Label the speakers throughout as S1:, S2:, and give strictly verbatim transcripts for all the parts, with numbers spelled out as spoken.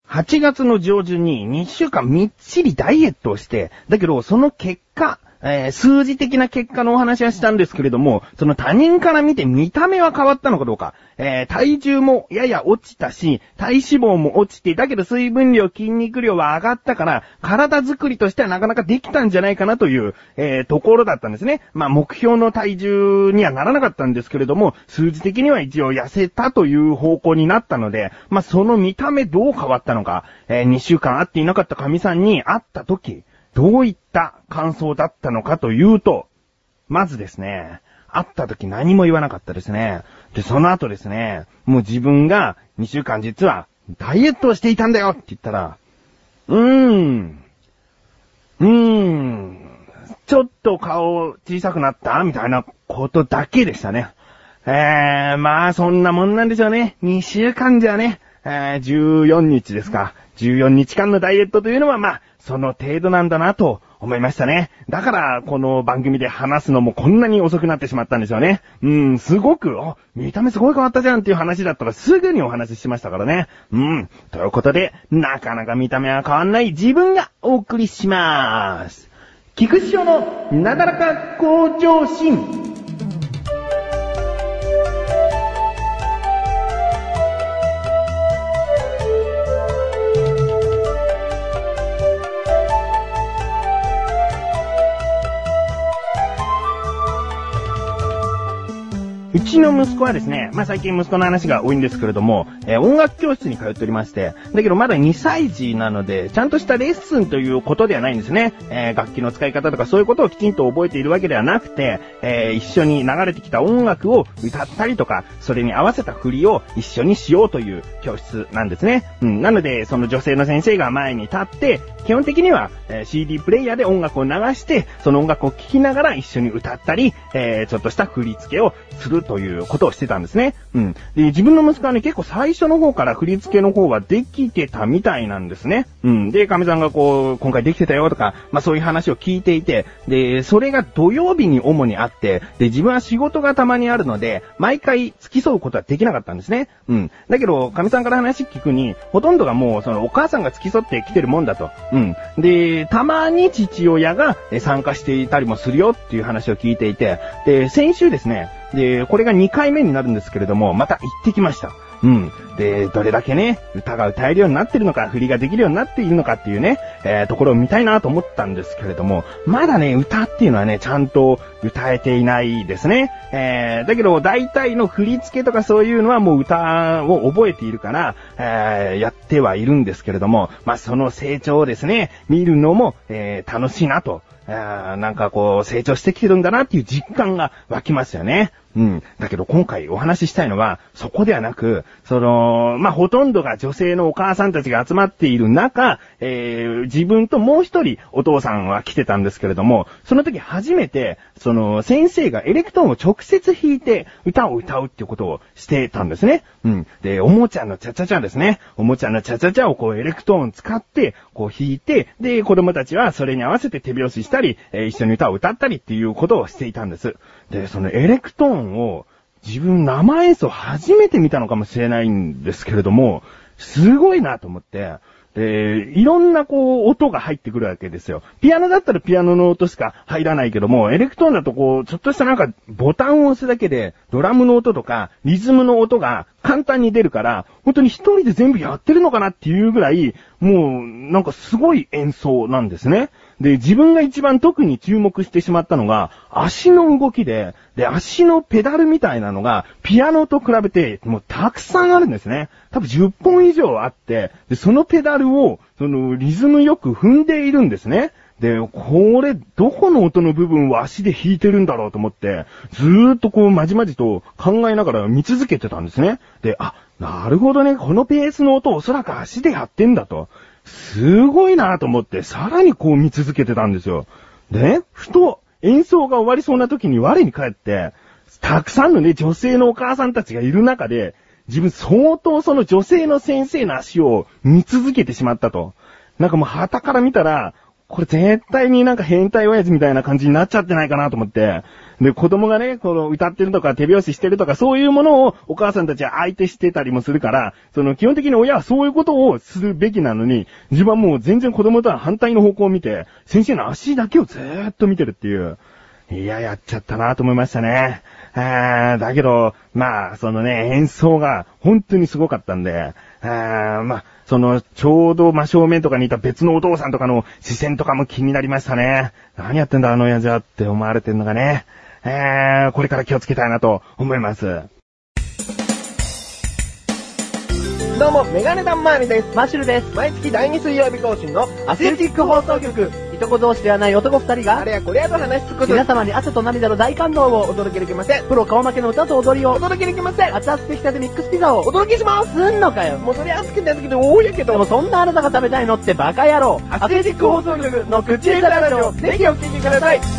S1: はちがつの上旬ににしゅうかんみっちりダイエットをして、だけどその結果、えー、数字的な結果のお話はしたんですけれども、その他人から見て見た目は変わったのかどうか、えー、体重もやや落ちたし、体脂肪も落ちて、だけど水分量、筋肉量は上がったから、体作りとしてはなかなかできたんじゃないかなという、えー、ところだったんですね。まあ、目標の体重にはならなかったんですけれども、数字的には一応痩せたという方向になったので、まあ、その見た目どう変わったのか、えー、にしゅうかん会っていなかった神さんに会った時、どういった感想だったのかというと、まずですね、会った時何も言わなかったですね。で、その後ですね、もう自分がにしゅうかん実はダイエットをしていたんだよって言ったら、うーん、うーん、ちょっと顔小さくなったみたいなことだけでしたね。えー、まあそんなもんなんでしょうね。にしゅうかんじゃね、えー、じゅうよっかですか。じゅうよっかんのダイエットというのはまあ、その程度なんだなと思いましたね。だから、この番組で話すのもこんなに遅くなってしまったんですよね。うん、すごく、あ、見た目すごい変わったじゃんっていう話だったらすぐにお話ししましたからね。うん、ということで、なかなか見た目は変わんない自分がお送りしまーす。菊師匠のなだらか向上心。うちの息子はですね、まあ、最近息子の話が多いんですけれども、えー、音楽教室に通っておりまして、だけどまだにさい児なので、ちゃんとしたレッスンということではないんですね。えー、楽器の使い方とかそういうことをきちんと覚えているわけではなくて、えー、一緒に流れてきた音楽を歌ったりとか、それに合わせた振りを一緒にしようという教室なんですね。うん、なので、その女性の先生が前に立って、基本的には、えー、シーディー プレイヤーで音楽を流して、その音楽を聴きながら一緒に歌ったり、えー、ちょっとした振り付けをするということをしてたんですね。うん。で、自分の息子はね、結構最初の方から振り付けの方はできてたみたいなんですね。うん。で、神さんがこう、今回できてたよとか、まあそういう話を聞いていて、で、それが土曜日に主にあって、で、自分は仕事がたまにあるので、毎回付き添うことはできなかったんですね。うん。だけど、神さんから話聞くに、ほとんどがもう、そのお母さんが付き添ってきてるもんだと。うん。で、たまに父親が参加していたりもするよっていう話を聞いていて、で、先週ですね、で、これがにかいめになるんですけれども、また行ってきました。うん。で、どれだけね、歌が歌えるようになってるのか、振りができるようになっているのかっていうね、えー、ところを見たいなと思ったんですけれども、まだね、歌っていうのはね、ちゃんと歌えていないですね。えー、だけど、大体の振り付けとかそういうのはもう歌を覚えているから、えー、やってはいるんですけれども、まあ、その成長をですね、見るのも、えー、楽しいなと。あなんかこう成長してきてるんだなっていう実感が湧きますよね。うん。だけど今回お話ししたいのはそこではなく、その、まあ、ほとんどが女性のお母さんたちが集まっている中、えー、自分ともう一人お父さんは来てたんですけれども、その時初めて、その先生がエレクトーンを直接弾いて歌を歌うっていうことをしてたんですね。うん。で、おもちゃのチャチャチャですね。おもちゃのチャチャチャをこうエレクトーンを使って、こう弾いて、で、子供たちはそれに合わせて手拍子したり、えー、一緒に歌を歌ったりっていうことをしていたんです。で、そのエレクトーンを自分生演奏初めて見たのかもしれないんですけれども、すごいなと思って、で、いろんなこう音が入ってくるわけですよ。ピアノだったらピアノの音しか入らないけども、エレクトーンだとこう、ちょっとしたなんかボタンを押すだけで、ドラムの音とかリズムの音が簡単に出るから、本当に一人で全部やってるのかなっていうぐらい、もうなんかすごい演奏なんですね。で、自分が一番特に注目してしまったのが、足の動きで、で、足のペダルみたいなのが、ピアノと比べて、もうたくさんあるんですね。多分じゅっぽん以上あって、で、そのペダルを、その、リズムよく踏んでいるんですね。で、これ、どこの音の部分を足で弾いてるんだろうと思って、ずーっとこう、まじまじと考えながら見続けてたんですね。で、あ、なるほどね、このペースの音をおそらく足でやってんだと。すごいなと思って、さらにこう見続けてたんですよ。で、ふと演奏が終わりそうな時に我に返って、たくさんのね、女性のお母さんたちがいる中で、自分相当その女性の先生の足を見続けてしまったと。なんかもう旗から見たら、 これ絶対になんか変態親父みたいな感じになっちゃってないかなと思って。で、子供がね、この歌ってるとか手拍子してるとかそういうものをお母さんたちは相手してたりもするから、その基本的に親はそういうことをするべきなのに、自分はもう全然子供とは反対の方向を見て、先生の足だけをずーっと見てるっていう。いや、やっちゃったなと思いましたね。あーだけど、まあ、そのね、演奏が本当にすごかったんで、あーまあ、その、ちょうど真正面とかにいた別のお父さんとかの視線とかも気になりましたね。何やってんだあの親父はって思われてんのがね。えー、これから気をつけたいなと思います。
S2: どうも、メガネタンマーニです。
S3: マッシュルです。
S2: 毎月だいに水曜日更新の
S3: アスレチック放送局。いとこ同士ではない男二人が、
S2: あれやこれやと話しつくこと
S3: 皆様に汗と涙の大感動を
S2: お届けできません。
S3: プロ顔負けの歌と踊りを
S2: お届けできません。
S3: 熱々できたてミックスピザを
S2: お届けします。
S3: すんのかよ。
S2: もうそれは好きな時で多いやけど。
S3: でもそんなあなたが食べたいのってバカ野郎。
S2: アスレチック放送局の口下手ラジオ、ぜひお聞きください。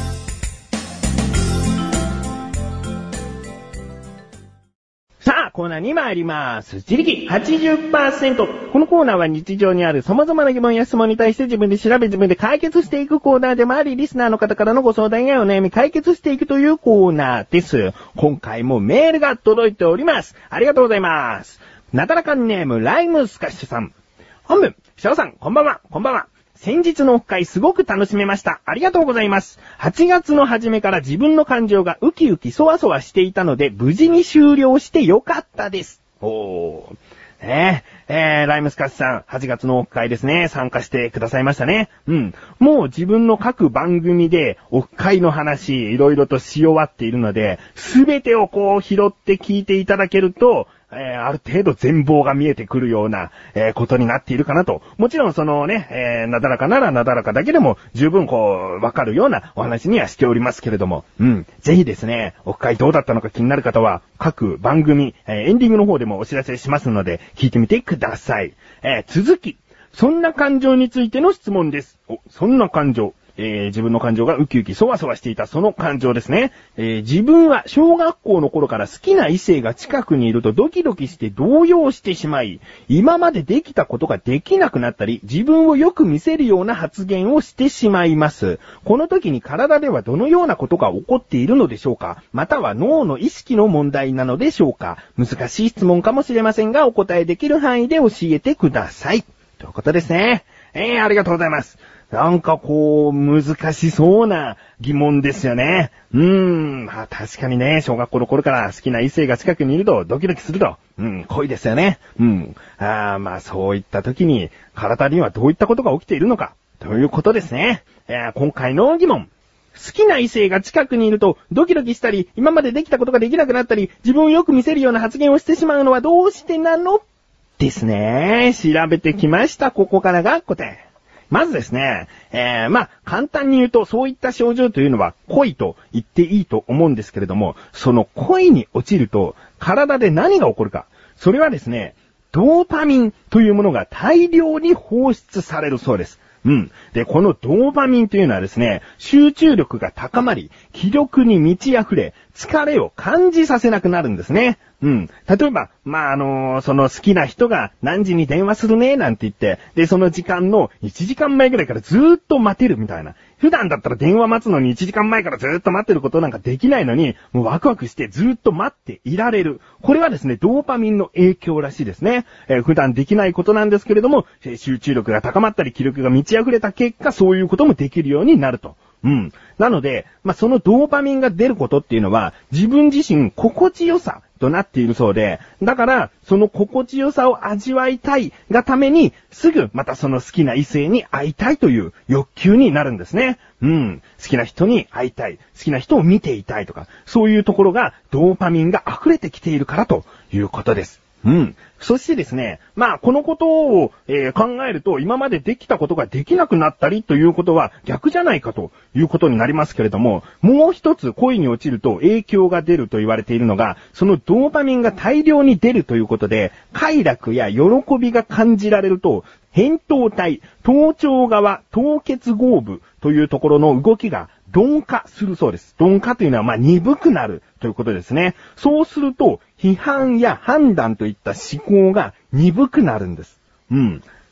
S1: さあ、コーナーに参ります。自力 はちじゅっパーセント。このコーナーは日常にある様々な疑問や質問に対して自分で調べ自分で解決していくコーナーでもあり、リスナーの方からのご相談やお悩み解決していくというコーナーです。今回もメールが届いております。ありがとうございます。なだらかんネームライムスカッシュさん。本文、シャオさん、こんばんは、こんばんは。先日のオフ会すごく楽しめました。ありがとうございます。はちがつの初めから自分の感情がウキウキそわそわしていたので、無事に終了してよかったです。おー。ねえ、えー、ライムスカッシュさん、はちがつのオフ会ですね、参加してくださいましたね。うん。もう自分の各番組でオフ会の話、いろいろとし終わっているので、すべてをこう拾って聞いていただけると、えー、ある程度全貌が見えてくるような、えー、ことになっているかなと。もちろんそのね、えー、なだらかならなだらかだけでも十分こう、わかるようなお話にはしておりますけれども。うん。ぜひですね、オフ会どうだったのか気になる方は、各番組、えー、エンディングの方でもお知らせしますので、聞いてみてください。えー、続き。そんな感情についての質問です。お、そんな感情。えー、自分の感情がウキウキそわそわしていたその感情ですね。えー、自分は小学校の頃から好きな異性が近くにいるとドキドキして動揺してしまい、今までできたことができなくなったり、自分をよく見せるような発言をしてしまいます。この時に体ではどのようなことが起こっているのでしょうか？または脳の意識の問題なのでしょうか？難しい質問かもしれませんが、お答えできる範囲で教えてください。ということですね。えー、ありがとうございます。なんかこう、難しそうな疑問ですよね。うーん、まあ確かにね、小学校の頃から好きな異性が近くにいるとドキドキすると。うん、恋ですよね。うん。あまあそういった時に、体にはどういったことが起きているのか、ということですね。えー、今回の疑問。好きな異性が近くにいるとドキドキしたり、今までできたことができなくなったり、自分をよく見せるような発言をしてしまうのはどうしてなの？ですね。調べてきました。ここからが答え。まずですね、えー、まあ、簡単に言うと、そういった症状というのは恋と言っていいと思うんですけれども、その恋に落ちると、体で何が起こるか。それはですね、ドーパミンというものが大量に放出されるそうです。うん。で、このドーパミンというのはですね、集中力が高まり、気力に満ち溢れ、疲れを感じさせなくなるんですね。うん。例えば、まあ、あのー、その好きな人が何時に電話するね、なんて言って、で、その時間のいちじかんまえぐらいからずーっと待てるみたいな。普段だったら電話待つのにいちじかんまえからずーっと待ってることなんかできないのに、もうワクワクしてずーっと待っていられる。これはですね、ドーパミンの影響らしいですね。えー、普段できないことなんですけれども、集中力が高まったり、気力が満ち溢れた結果、そういうこともできるようになると。うん。なので、まあ、そのドーパミンが出ることっていうのは、自分自身心地よさとなっているそうで、だから、その心地よさを味わいたいがために、すぐまたその好きな異性に会いたいという欲求になるんですね。うん。好きな人に会いたい。好きな人を見ていたいとか、そういうところがドーパミンが溢れてきているからということです。うん。そしてですね、まあ、このことを、えー、考えると、今までできたことができなくなったりということは逆じゃないかということになりますけれども、もう一つ恋に落ちると影響が出ると言われているのが、そのドーパミンが大量に出るということで、快楽や喜びが感じられると、扁桃体、頭頂側、頭結合部というところの動きが鈍化するそうです。鈍化というのは、まあ、鈍くなるということですね。そうすると、批判や判断といった思考が鈍くなるんです。うん。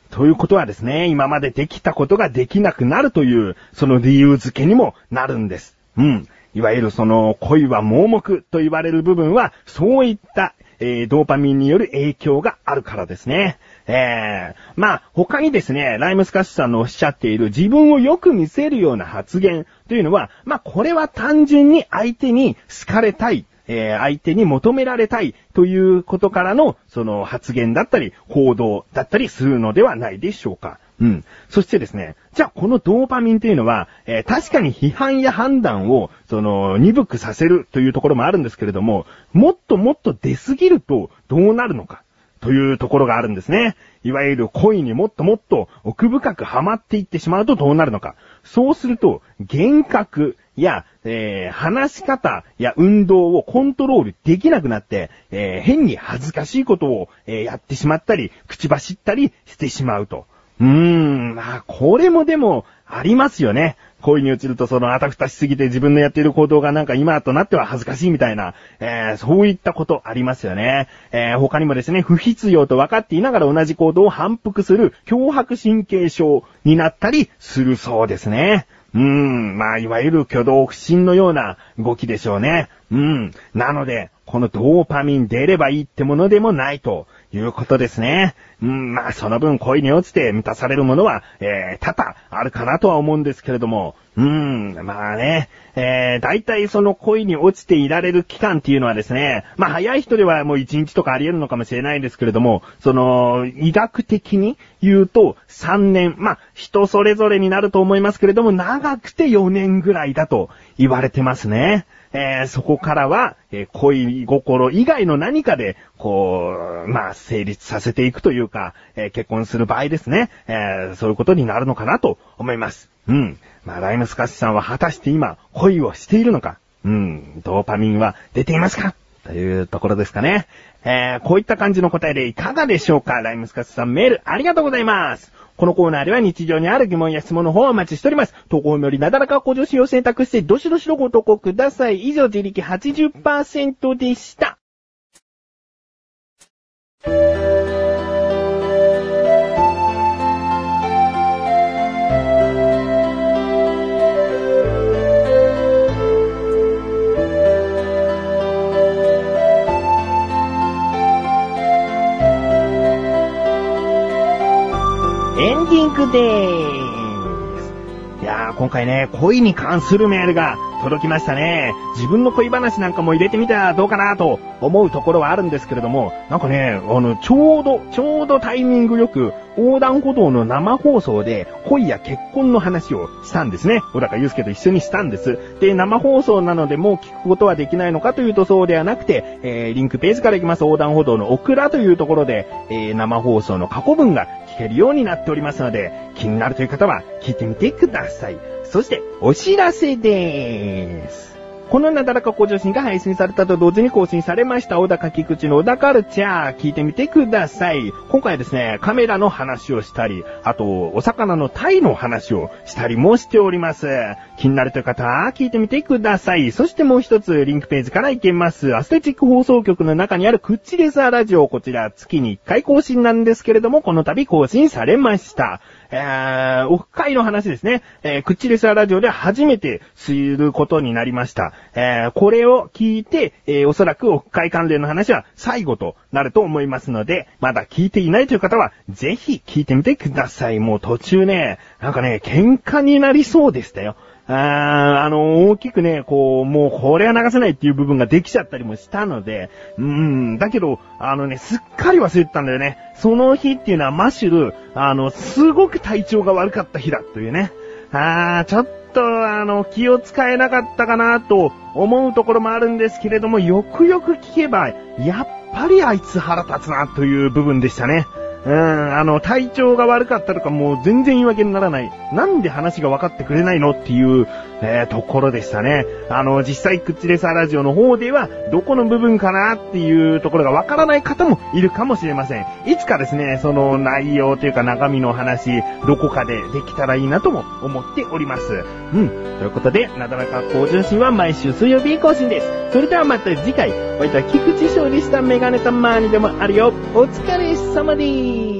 S1: ということはですね、今までできたことができなくなるという、その理由付けにもなるんです。うん。いわゆるその恋は盲目と言われる部分は、そういった、えー、ドーパミンによる影響があるからですね。えー、まあ、他にですね、ライムスカッシュさんのおっしゃっている自分をよく見せるような発言というのは、まあ、これは単純に相手に好かれたい、えー、相手に求められたいということからの、その発言だったり、行動だったりするのではないでしょうか。うん。そしてですね、じゃあこのドーパミンというのは、えー、確かに批判や判断を、その、鈍くさせるというところもあるんですけれども、もっともっと出すぎるとどうなるのか。というところがあるんですね。いわゆる恋にもっともっと奥深くはまっていってしまうとどうなるのか。そうすると、幻覚や、えー、話し方や運動をコントロールできなくなって、えー、変に恥ずかしいことを、えー、やってしまったり、口走ったりしてしまうと。うーん、まあ、これもでも、ありますよね。恋に落ちるとそのあたふたしすぎて自分のやっている行動がなんか今となっては恥ずかしいみたいな、えー、そういったことありますよね。えー、他にもですね、不必要と分かっていながら同じ行動を反復する強迫神経症になったりするそうですね。うーん、まあ、いわゆる挙動不審のような動きでしょうね。うん。なので、このドーパミン出ればいいってものでもないということですね。うん、まあ、その分恋に落ちて満たされるものは、えー、多々あるかなとは思うんですけれども、うん、まあね、えー、大体その恋に落ちていられる期間っていうのはですね、まあ早い人ではもういちにちとかあり得るのかもしれないですけれども、その、医学的に言うとさんねん、まあ人それぞれになると思いますけれども、長くてよねんぐらいだと言われてますね。えー、そこからは、えー、恋心以外の何かで、こう、まあ、成立させていくというか、えー、結婚する場合ですね、えー、そういうことになるのかなと思います。うん。まあ、ライムスカッシュさんは果たして今、恋をしているのか、うん、ドーパミンは出ていますかというところですかね。えー、こういった感じの答えでいかがでしょうか。ライムスカッシュさんメールありがとうございます。このコーナーでは日常にある疑問や質問の方をお待ちしております。投稿よりなだらか向上心を選択してどしどしとご投稿ください。以上、自力 はちじゅっパーセント でした。エンディングでーす。いやー、今回ね、恋に関するメールが届きましたね。自分の恋話なんかも入れてみたらどうかなと思うところはあるんですけれども、なんかね、あの、ちょうど、ちょうどタイミングよく、横断歩道の生放送で恋や結婚の話をしたんですね。小高祐介と一緒にしたんです。で、生放送なのでもう聞くことはできないのかというとそうではなくて、えー、リンクページから行きます横断歩道のオクラというところで、えー、生放送の過去文が聞けるようになっておりますので、気になるという方は聞いてみてください。そして、お知らせでーす。このなだらか向上心が配信されたと同時に更新されました小高菊池の小高カルチャー、聞いてみてください。今回はですね、カメラの話をしたり、あと、お魚のタイの話をしたりもしております。気になるという方は聞いてみてください。そしてもう一つリンクページから行けます。アスレチック放送局の中にあるクッチレサーラジオ、こちら月にいっかい更新なんですけれども、この度更新されました。えー、オフ会の話ですね。えー、クッチレサーラジオで初めて知ることになりました。えー、これを聞いて、えー、おそらくオフ会関連の話は最後となると思いますので、まだ聞いていないという方は、ぜひ聞いてみてください。もう途中ね、なんかね、喧嘩になりそうでしたよ。あー、あの、大きくね、こう、もうこれは流せないっていう部分ができちゃったりもしたので、うーん、だけど、あのね、すっかり忘れてたんだよね。その日っていうのはマシュル、あの、すごく体調が悪かった日だというね。あー、ちょっと、あの、気を使えなかったかなと思うところもあるんですけれども、よくよく聞けば、やっぱりあいつ腹立つなという部分でしたね。うん、あの、体調が悪かったとかもう全然言い訳にならない。なんで話が分かってくれないのっていう、えー、ところでしたね。あの、実際、クッチレサーラジオの方では、どこの部分かなっていうところが分からない方もいるかもしれません。いつかですね、その内容というか中身の話、どこかでできたらいいなとも思っております。うん。ということで、なだらか向上心は毎週水曜日更新です。それではまた次回、おいた菊池翔でした。メガネたまーにでもあるよ。お疲れ様でーす。